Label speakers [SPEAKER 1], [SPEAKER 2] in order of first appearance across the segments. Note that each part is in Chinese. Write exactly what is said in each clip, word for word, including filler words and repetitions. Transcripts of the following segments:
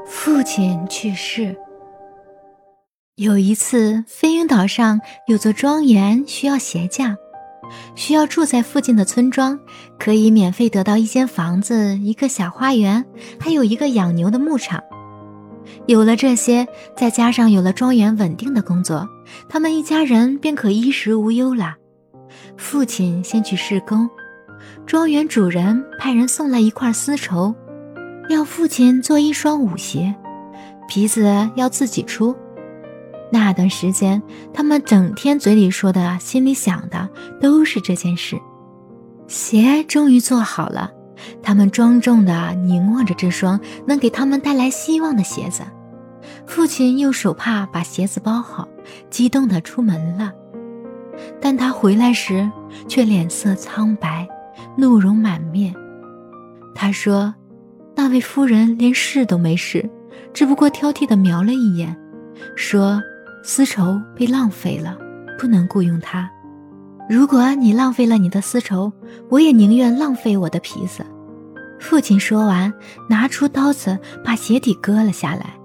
[SPEAKER 1] 父亲去世。有一次，飞鹰岛上有座庄园需要鞋匠，需要住在附近的村庄，可以免费得到一间房子、一个小花园，还有一个养牛的牧场。有了这些，再加上有了庄园稳定的工作，他们一家人便可衣食无忧了。父亲先去施工，庄园主人派人送来一块丝绸，要父亲做一双舞鞋，皮子要自己出。那段时间，他们整天嘴里说的、心里想的都是这件事。鞋终于做好了，他们庄重地凝望着这双能给他们带来希望的鞋子。父亲用手帕把鞋子包好，激动地出门了。但他回来时却脸色苍白，怒容满面。他说，那位夫人连试都没试，只不过挑剔地瞄了一眼，说丝绸被浪费了，不能雇佣它。如果你浪费了你的丝绸，我也宁愿浪费我的皮子。父亲说完，拿出刀子把鞋底割了下来。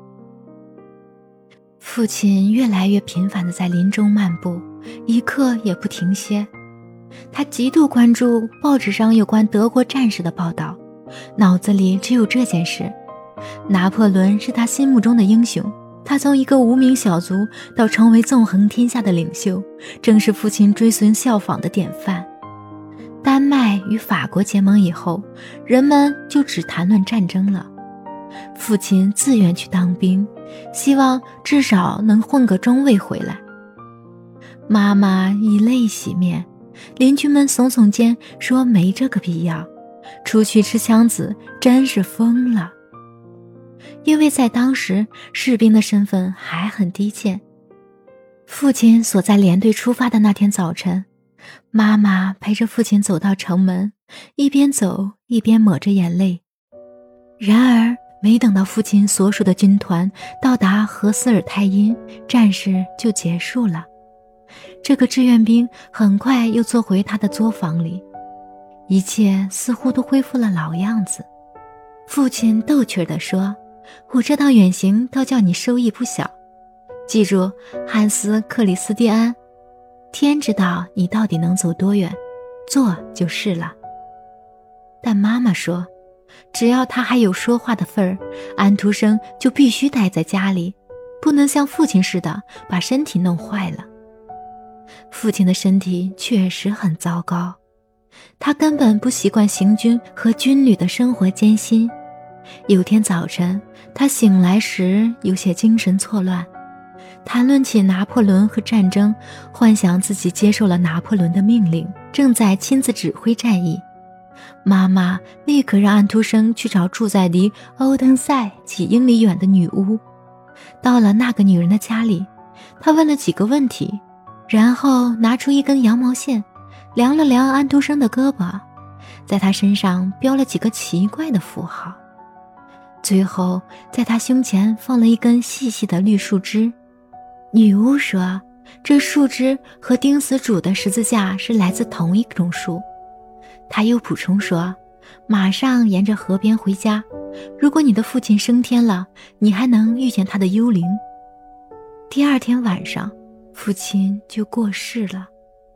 [SPEAKER 1] 父亲越来越频繁地在林中漫步，一刻也不停歇。他极度关注报纸上有关德国战士的报道，脑子里只有这件事。拿破仑是他心目中的英雄，他从一个无名小卒到成为纵横天下的领袖，正是父亲追随效仿的典范。丹麦与法国结盟以后，人们就只谈论战争了。父亲自愿去当兵，希望至少能混个中尉回来。妈妈以泪洗面，邻居们耸耸肩说没这个必要，出去吃枪子真是疯了。因为在当时，士兵的身份还很低贱。父亲所在连队出发的那天早晨，妈妈陪着父亲走到城门，一边走一边抹着眼泪。然而没等到父亲所属的军团到达荷斯尔泰因，战事就结束了。这个志愿兵很快又坐回他的作坊里，一切似乎都恢复了老样子。父亲逗趣地说，我这趟远行倒叫你收益不小，记住汉斯·克里斯蒂安，天知道你到底能走多远，做就是了。但妈妈说，只要他还有说话的份儿，安徒生就必须待在家里，不能像父亲似的把身体弄坏了。父亲的身体确实很糟糕，他根本不习惯行军和军旅的生活艰辛。有天早晨，他醒来时有些精神错乱，谈论起拿破仑和战争，幻想自己接受了拿破仑的命令，正在亲自指挥战役。妈妈立刻让安徒生去找住在离欧登塞几英里远的女巫。到了那个女人的家里，他问了几个问题，然后拿出一根羊毛线，量了量安徒生的胳膊，在他身上标了几个奇怪的符号。最后在他胸前放了一根细细的绿树枝。女巫说，这树枝和钉死主的十字架是来自同一种树。他又补充说，马上沿着河边回家，如果你的父亲升天了，你还能遇见他的幽灵。第二天晚上，父亲就过世了。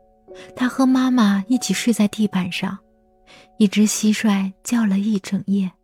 [SPEAKER 1] 他和妈妈一起睡在地板上，一只蟋蟀叫了一整夜。